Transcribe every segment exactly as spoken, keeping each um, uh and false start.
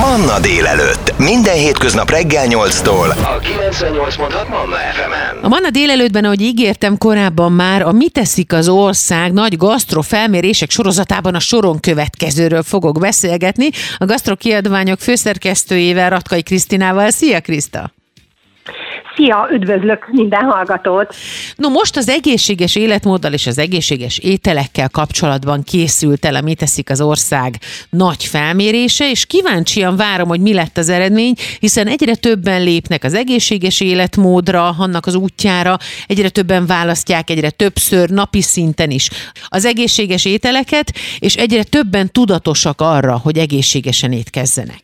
Manna délelőtt. Minden hétköznap reggel nyolctól a kilencvennyolc pont hat Manna ef emen. A Manna délelőttben, ahogy ígértem korábban már, a Mit teszik az ország nagy gasztrofelmérések sorozatában a soron következőről fogok beszélgetni. A gasztrokiadványok főszerkesztőjével, Ratkai Krisztinával. Szia, Kriszta! Szia, üdvözlök minden hallgatót! No, most az egészséges életmóddal és az egészséges ételekkel kapcsolatban készült el a Mit teszik az ország nagy felmérése, és kíváncsian várom, hogy mi lett az eredmény, hiszen egyre többen lépnek az egészséges életmódra, annak az útjára, egyre többen választják, egyre többször, napi szinten is az egészséges ételeket, és egyre többen tudatosak arra, hogy egészségesen étkezzenek.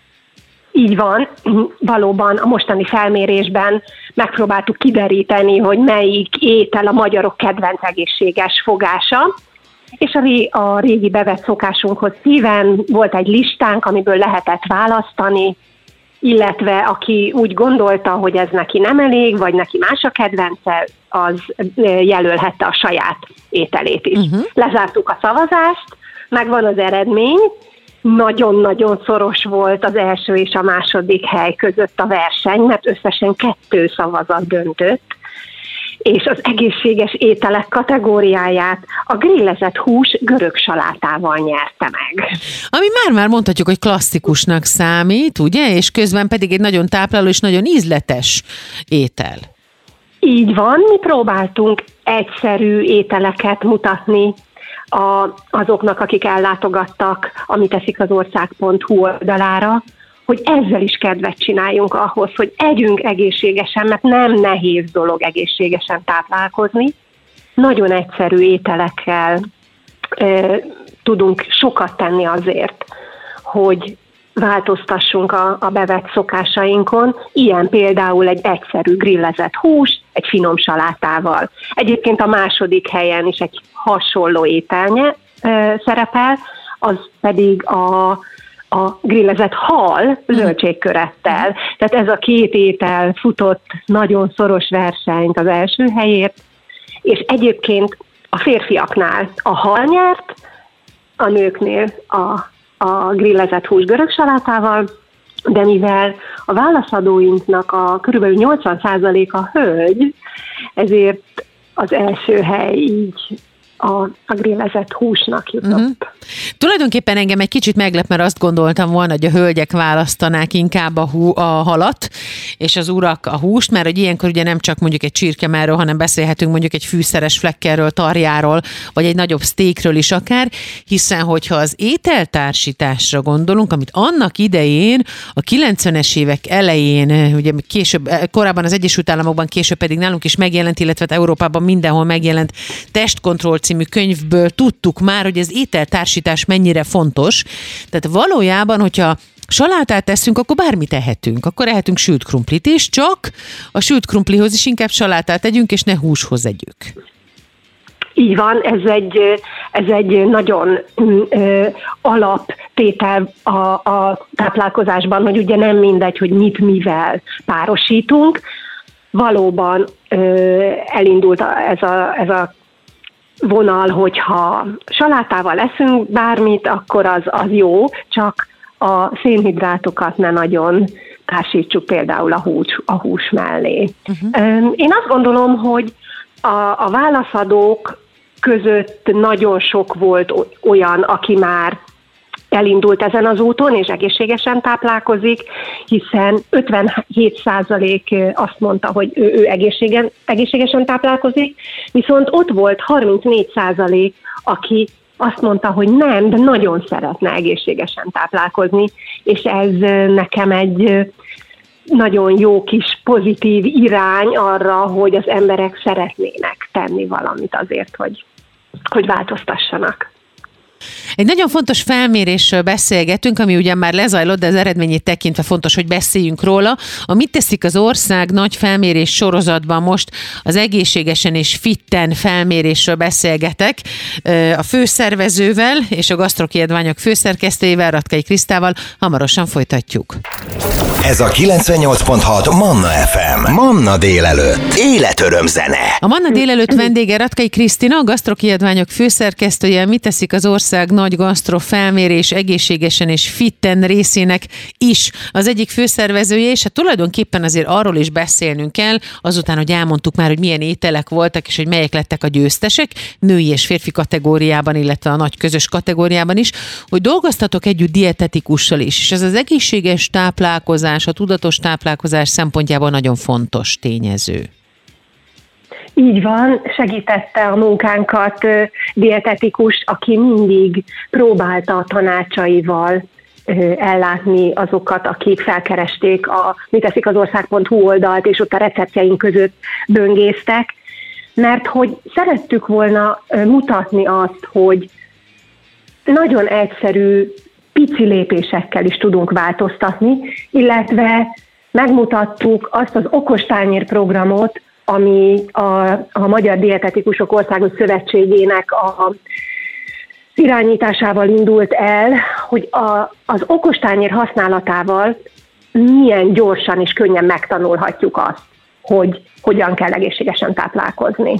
Így van, valóban a mostani felmérésben megpróbáltuk kideríteni, hogy melyik étel a magyarok kedvenc egészséges fogása, és a, ré, a régi bevett szokásunkhoz híven volt egy listánk, amiből lehetett választani, illetve aki úgy gondolta, hogy ez neki nem elég, vagy neki más a kedvence, az jelölhette a saját ételét is. Uh-huh. Lezártuk a szavazást, megvan az eredmény. Nagyon-nagyon szoros volt az első és a második hely között a verseny, mert összesen kettő szavazat döntött, és az egészséges ételek kategóriáját a grillezett hús görög salátával nyerte meg. Ami már-már mondhatjuk, hogy klasszikusnak számít, ugye? És közben pedig egy nagyon tápláló és nagyon ízletes étel. Így van, mi próbáltunk egyszerű ételeket mutatni A, azoknak, akik ellátogattak a miteszik az ország pont hu oldalára, hogy ezzel is kedvet csináljunk ahhoz, hogy együnk egészségesen, mert nem nehéz dolog egészségesen táplálkozni. Nagyon egyszerű ételekkel e, tudunk sokat tenni azért, hogy változtassunk a, a bevett szokásainkon, ilyen például egy egyszerű grillezett hús, egy finom salátával. Egyébként a második helyen is egy hasonló ételnye e, szerepel, az pedig a, a grillezett hal zöldségkörettel. Tehát ez a két étel futott nagyon szoros versenyt az első helyért, és egyébként a férfiaknál a hal nyert, a nőknél a a grillezett hús görög salátával, de mivel a válaszadóinknak a körülbelül nyolcvan százaléka hölgy, ezért az első hely így a, a grillezett húsnak jutott. Uh-huh. Tulajdonképpen engem egy kicsit meglep, mert azt gondoltam volna, hogy a hölgyek választanák inkább a, hú, a halat, és az urak a húst, mert hogy ilyenkor ugye nem csak mondjuk egy csirkemelről, hanem beszélhetünk mondjuk egy fűszeres flekkerről, tarjáról, vagy egy nagyobb sztékről is akár, hiszen hogyha az ételtársításra gondolunk, amit annak idején, a kilencvenes évek elején, ugye később, korábban az Egyesült Államokban, később pedig nálunk is megjelent, illetve Európában mindenhol megjelent Testkontroll című könyvből tudtuk már, hogy az ételtársítás mennyire fontos. Tehát valójában, hogyha salátát teszünk, akkor bármit ehetünk. Akkor ehetünk sült krumplit is, csak a sült krumplihoz is inkább salátát tegyünk, és ne húshoz együk. Így van, ez egy, ez egy nagyon ö, alaptétel a, a táplálkozásban, hogy ugye nem mindegy, hogy mit mivel párosítunk. Valóban ö, elindult ez a, ez a vonal, hogyha salátával leszünk bármit, akkor az, az jó, csak a szénhidrátokat ne nagyon társítsuk például a hús, a hús mellé. Uh-huh. Én azt gondolom, hogy a, a válaszadók között nagyon sok volt olyan, aki már elindult ezen az úton, és egészségesen táplálkozik, hiszen ötvenhét százalék azt mondta, hogy ő, ő egészségen, egészségesen táplálkozik, viszont ott volt harmincnégy százalék, aki azt mondta, hogy nem, de nagyon szeretne egészségesen táplálkozni, és ez nekem egy nagyon jó kis pozitív irány arra, hogy az emberek szeretnének tenni valamit azért, hogy, hogy változtassanak. Egy nagyon fontos felmérésről beszélgetünk, ami ugyan már lezajlott, de az eredményét tekintve fontos, hogy beszéljünk róla. A Mit teszik az ország nagy felmérés sorozatban most az egészségesen és fitten felmérésről beszélgetek a főszervezővel és a gasztrokiadványok főszerkesztőjével, Ratkai Krisztával. Hamarosan folytatjuk. Ez a kilencvennyolc pont hat Manna ef em. Manna délelőtt. Életöröm zene. A Manna délelőtt vendége Ratkai Krisztina, a gasztrokiadványok főszerkesztője, Mit teszik az ország nagy gasztro felmérés egészségesen és fitten részének is az egyik főszervezője, és hát tulajdonképpen azért arról is beszélnünk kell, azután, hogy elmondtuk már, hogy milyen ételek voltak, és hogy melyek lettek a győztesek, női és férfi kategóriában, illetve a nagy közös kategóriában is, hogy dolgoztatok együtt dietetikussal is, és ez az egészséges táplálkozás, a tudatos táplálkozás szempontjából nagyon fontos tényező. Így van, segítette a munkánkat dietetikus, aki mindig próbálta a tanácsaival ellátni azokat, akik felkeresték a mit teszik az ország pont hu oldalt, és ott a receptjeink között böngésztek, mert hogy szerettük volna mutatni azt, hogy nagyon egyszerű, pici lépésekkel is tudunk változtatni, illetve megmutattuk azt az okostányér programot, ami a, a Magyar Dietetikusok Országos Szövetségének a irányításával indult el, hogy a, az okostányér használatával milyen gyorsan és könnyen megtanulhatjuk azt, hogy hogyan kell egészségesen táplálkozni.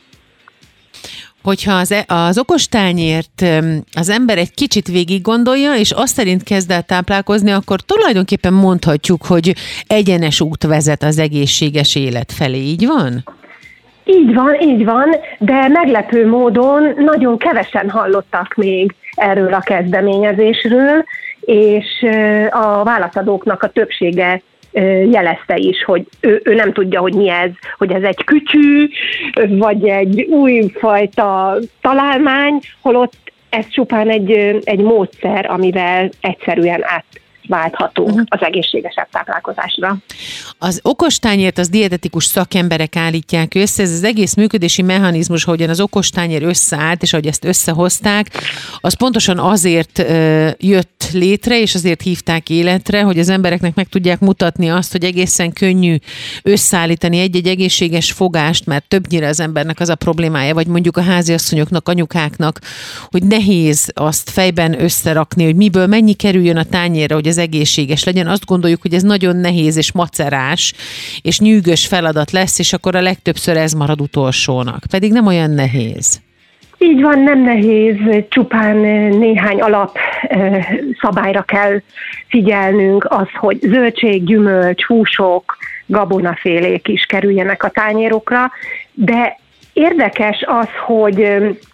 Hogyha az, az okostányért az ember egy kicsit végig gondolja, és azt szerint kezd el táplálkozni, akkor tulajdonképpen mondhatjuk, hogy egyenes út vezet az egészséges élet felé. Így van? Így van, így van, de meglepő módon nagyon kevesen hallottak még erről a kezdeményezésről, és a válaszadóknak a többsége jelezte is, hogy ő, ő nem tudja, hogy mi ez, hogy ez egy kütyű, vagy egy újfajta találmány, holott ez csupán egy, egy módszer, amivel egyszerűen átválthatunk uh-huh. az egészségesebb táplálkozásra. Az okostányért az dietetikus szakemberek állítják össze, ez az egész működési mechanizmus, ahogyan az okostányér összeállt, és ahogy ezt összehozták, az pontosan azért ö, jött létre, és azért hívták életre, hogy az embereknek meg tudják mutatni azt, hogy egészen könnyű összeállítani egy-egy egészséges fogást, mert többnyire az embernek az a problémája, vagy mondjuk a háziasszonyoknak, anyukáknak, hogy nehéz azt fejben összerakni, hogy miből mennyi kerüljön a tányérra, hogy ez egészséges legyen. Azt gondoljuk, hogy ez nagyon nehéz és macerás, és nyűgös feladat lesz, és akkor a legtöbbször ez marad utolsónak. Pedig nem olyan nehéz. Így van, nem nehéz, csupán néhány alap szabályra kell figyelnünk, az, hogy zöldség, gyümölcs, húsok, gabonafélék is kerüljenek a tányérokra, de érdekes az, hogy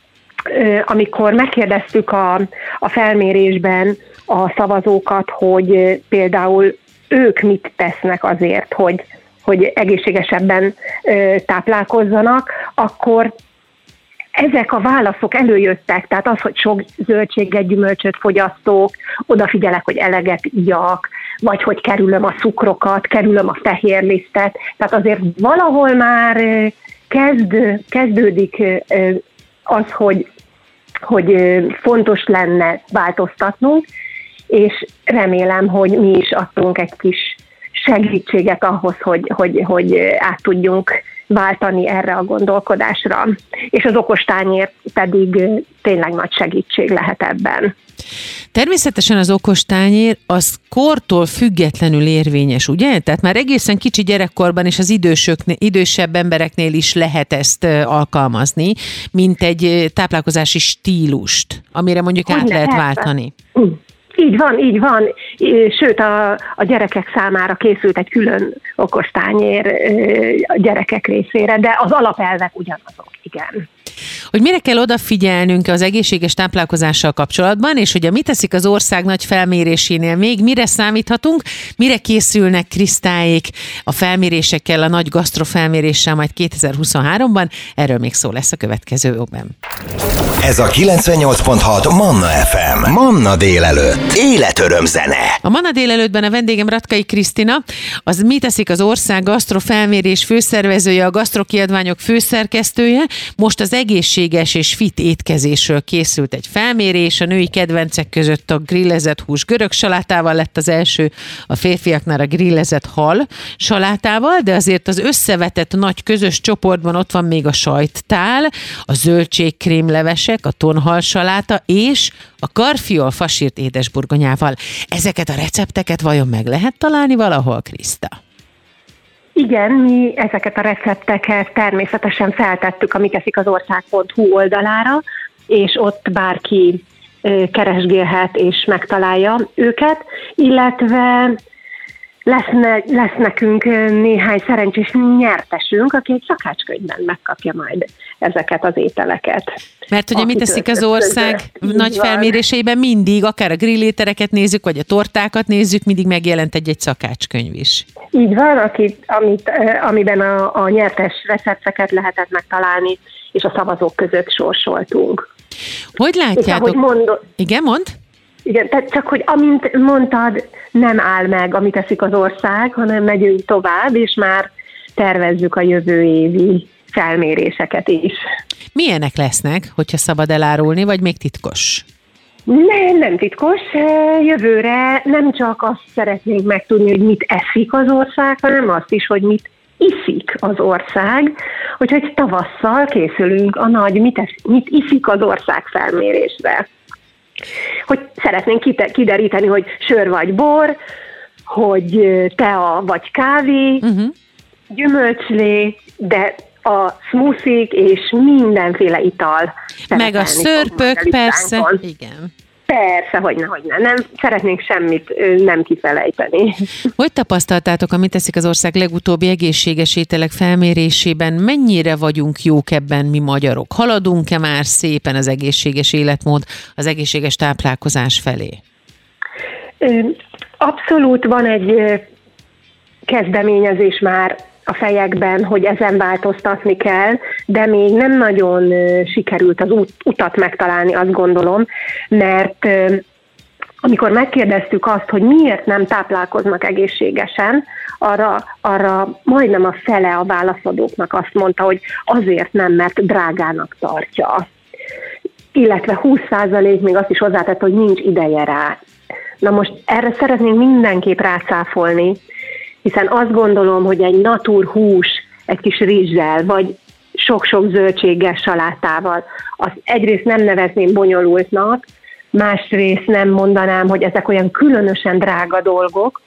amikor megkérdeztük a, a felmérésben a szavazókat, hogy például ők mit tesznek azért, hogy, hogy egészségesebben táplálkozzanak, akkor ezek a válaszok előjöttek, tehát az, hogy sok zöldséget, gyümölcsöt fogyasztok, odafigyelek, hogy eleget igyak, vagy hogy kerülöm a cukrokat, kerülöm a fehérlisztet, tehát azért valahol már kezd, kezdődik az, hogy, hogy fontos lenne változtatnunk, és remélem, hogy mi is adtunk egy kis segítséget ahhoz, hogy, hogy, hogy át tudjunk váltani erre a gondolkodásra. És az okostányér pedig tényleg nagy segítség lehet ebben. Természetesen az okostányér az kortól függetlenül érvényes, ugye? Tehát már egészen kicsi gyerekkorban és az idősöknél, idősebb embereknél is lehet ezt alkalmazni, mint egy táplálkozási stílust, amire mondjuk hogy át lehet, lehet váltani. Így van, így van. Sőt, a, a gyerekek számára készült egy külön okostányér a gyerekek részére, de az alapelvek ugyanazok, igen. Hogy mire kell odafigyelnünk az egészséges táplálkozással kapcsolatban, és hogy a Mit teszik az ország nagy felmérésénél még mire számíthatunk, mire készülnek Krisztáék a felmérésekkel, a nagy gasztrofelméréssel majd kétezer-huszonháromban, erről még szó lesz a következő óvben. Ez a kilencvennyolc pont hat Manna ef em. Manna délelőtt. Életöröm zene. A Manna délelőttben a vendégem Ratkai Krisztina, az Mit teszik az ország gasztrofelmérés főszervezője, a gasztrokiadványok főszerkesztője, most az egész egészséges és fit étkezésről készült egy felmérés. A női kedvencek között a grillezett hús görög salátával lett az első, a férfiaknál a grillezett hal salátával, de azért az összevetett nagy közös csoportban ott van még a sajttál, a zöldségkrémlevesek, a tonhal saláta és a karfiol fasírt édesburgonyával. Ezeket a recepteket vajon meg lehet találni valahol, Kriszta? Igen, mi ezeket a recepteket természetesen feltettük a miteszikazország pont hu oldalára, és ott bárki keresgélhet és megtalálja őket, illetve lesz, ne, lesz nekünk néhány szerencsés nyertesünk, aki egy szakácskönyvben megkapja majd ezeket az ételeket. Mert ugye mit teszik az ország nagy felméréseiben mindig, akár a grillétereket nézzük, vagy a tortákat nézzük, mindig megjelent egy-egy szakácskönyv is. Így van, akit, amit, amiben a, a nyertes recepteket lehetett megtalálni, és a szavazók között sorsoltunk. Hogy látjátok? És mondod, igen, mond? Igen, tehát csak, hogy amint mondtad, nem áll meg, amit teszik az ország, hanem megyünk tovább, és már tervezzük a jövő évi felméréseket is. Milyenek lesznek, hogyha szabad elárulni, vagy még titkos? Nem, nem titkos. Jövőre nem csak azt szeretnénk megtudni, hogy mit eszik az ország, hanem azt is, hogy mit iszik az ország. Úgyhogy tavasszal készülünk a nagy mit, esz, mit iszik az ország felmérésre. Hogy szeretnénk kideríteni, hogy sör vagy bor, hogy tea vagy kávé, uh-huh. gyümölcslé, de a smoothiek és mindenféle ital. Meg a szörpök, persze. Igen. Persze, hogyne, hogyne. Nem szeretnénk semmit nem kifelejteni. Hogy tapasztaltátok, amit teszik az ország legutóbbi egészséges ételek felmérésében? Mennyire vagyunk jók ebben mi magyarok? Haladunk-e már szépen az egészséges életmód, az egészséges táplálkozás felé? Abszolút van egy kezdeményezés már a fejekben, hogy ezen változtatni kell, de még nem nagyon sikerült az út, utat megtalálni, azt gondolom, mert amikor megkérdeztük azt, hogy miért nem táplálkoznak egészségesen, arra, arra majdnem a fele a válaszadóknak azt mondta, hogy azért nem, mert drágának tartja. Illetve húsz százalék még azt is hozzátett, hogy nincs ideje rá. Na most erre szeretnénk mindenképp rácáfolni, hiszen azt gondolom, hogy egy natur hús, egy kis rizssel, vagy sok-sok zöldséggel, salátával, azt egyrészt nem nevezném bonyolultnak, másrészt nem mondanám, hogy ezek olyan különösen drága dolgok.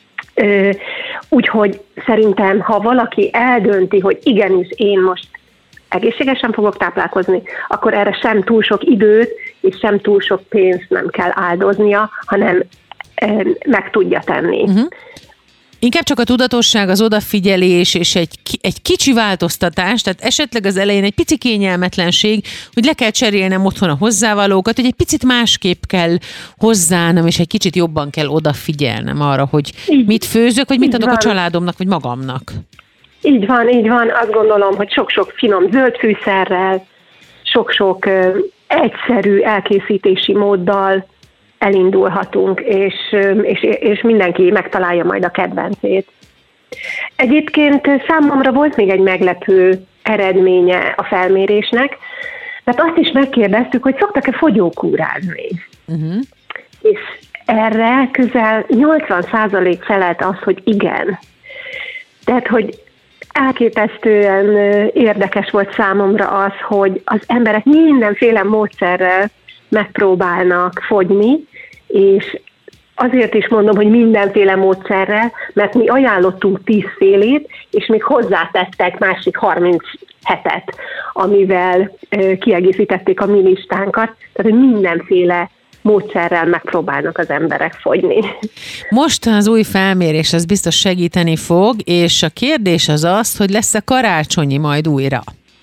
Úgyhogy szerintem, ha valaki eldönti, hogy igenis én most egészségesen fogok táplálkozni, akkor erre sem túl sok időt, és sem túl sok pénzt nem kell áldoznia, hanem meg tudja tenni. Uh-huh. Inkább csak a tudatosság, az odafigyelés és egy, egy kicsi változtatás, tehát esetleg az elején egy pici kényelmetlenség, hogy le kell cserélnem otthon a hozzávalókat, hogy egy picit másképp kell hozzánom, és egy kicsit jobban kell odafigyelnem arra, hogy így, mit főzök, vagy mit adok van. A családomnak, vagy magamnak. Így van, így van. Azt gondolom, hogy sok-sok finom zöld fűszerrel, sok-sok uh, egyszerű elkészítési móddal elindulhatunk, és, és, és mindenki megtalálja majd a kedvencét. Egyébként számomra volt még egy meglepő eredménye a felmérésnek, mert azt is megkérdeztük, hogy szoktak-e fogyókúrázni. Uh-huh. És erre közel nyolcvan százalék felelt az, hogy igen. Tehát, hogy elképesztően érdekes volt számomra az, hogy az emberek mindenféle módszerrel megpróbálnak fogyni, és azért is mondom, hogy mindenféle módszerrel, mert mi ajánlottunk tízfélét, és még hozzátettek másik harminchetet, amivel kiegészítették a mi listánkat, tehát hogy mindenféle módszerrel megpróbálnak az emberek fogyni. Most az új felmérés az biztos segíteni fog, és a kérdés az az, hogy lesz-e karácsonyi majd újra?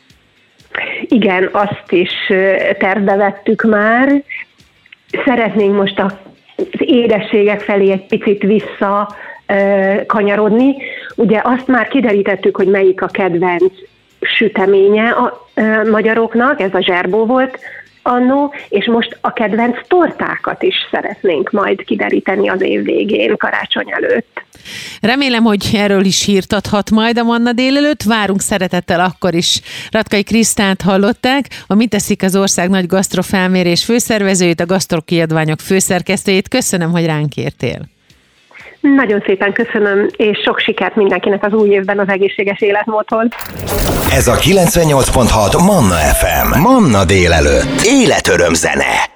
Igen, azt is tervbe vettük már. Szeretnénk most az édességek felé egy picit vissza kanyarodni. Ugye azt már kiderítettük, hogy melyik a kedvenc süteménye a magyaroknak, ez a zserbó volt annó, és most a kedvenc tortákat is szeretnénk majd kideríteni az év végén, karácsony előtt. Remélem, hogy erről is hírt adhat majd a Manna délelőtt. Várunk szeretettel akkor is. Ratkai Krisztánt hallották, a Mit teszik az ország nagy gasztrofelmérés főszervezőjét, a gasztrokiadványok főszerkesztőjét. Köszönöm, hogy ránk értél. Nagyon szépen köszönöm, és sok sikert mindenkinek az új évben az egészséges életmódhoz. Ez a kilencvennyolc pont hat Manna ef em. Manna délelőtt. Életöröm zene.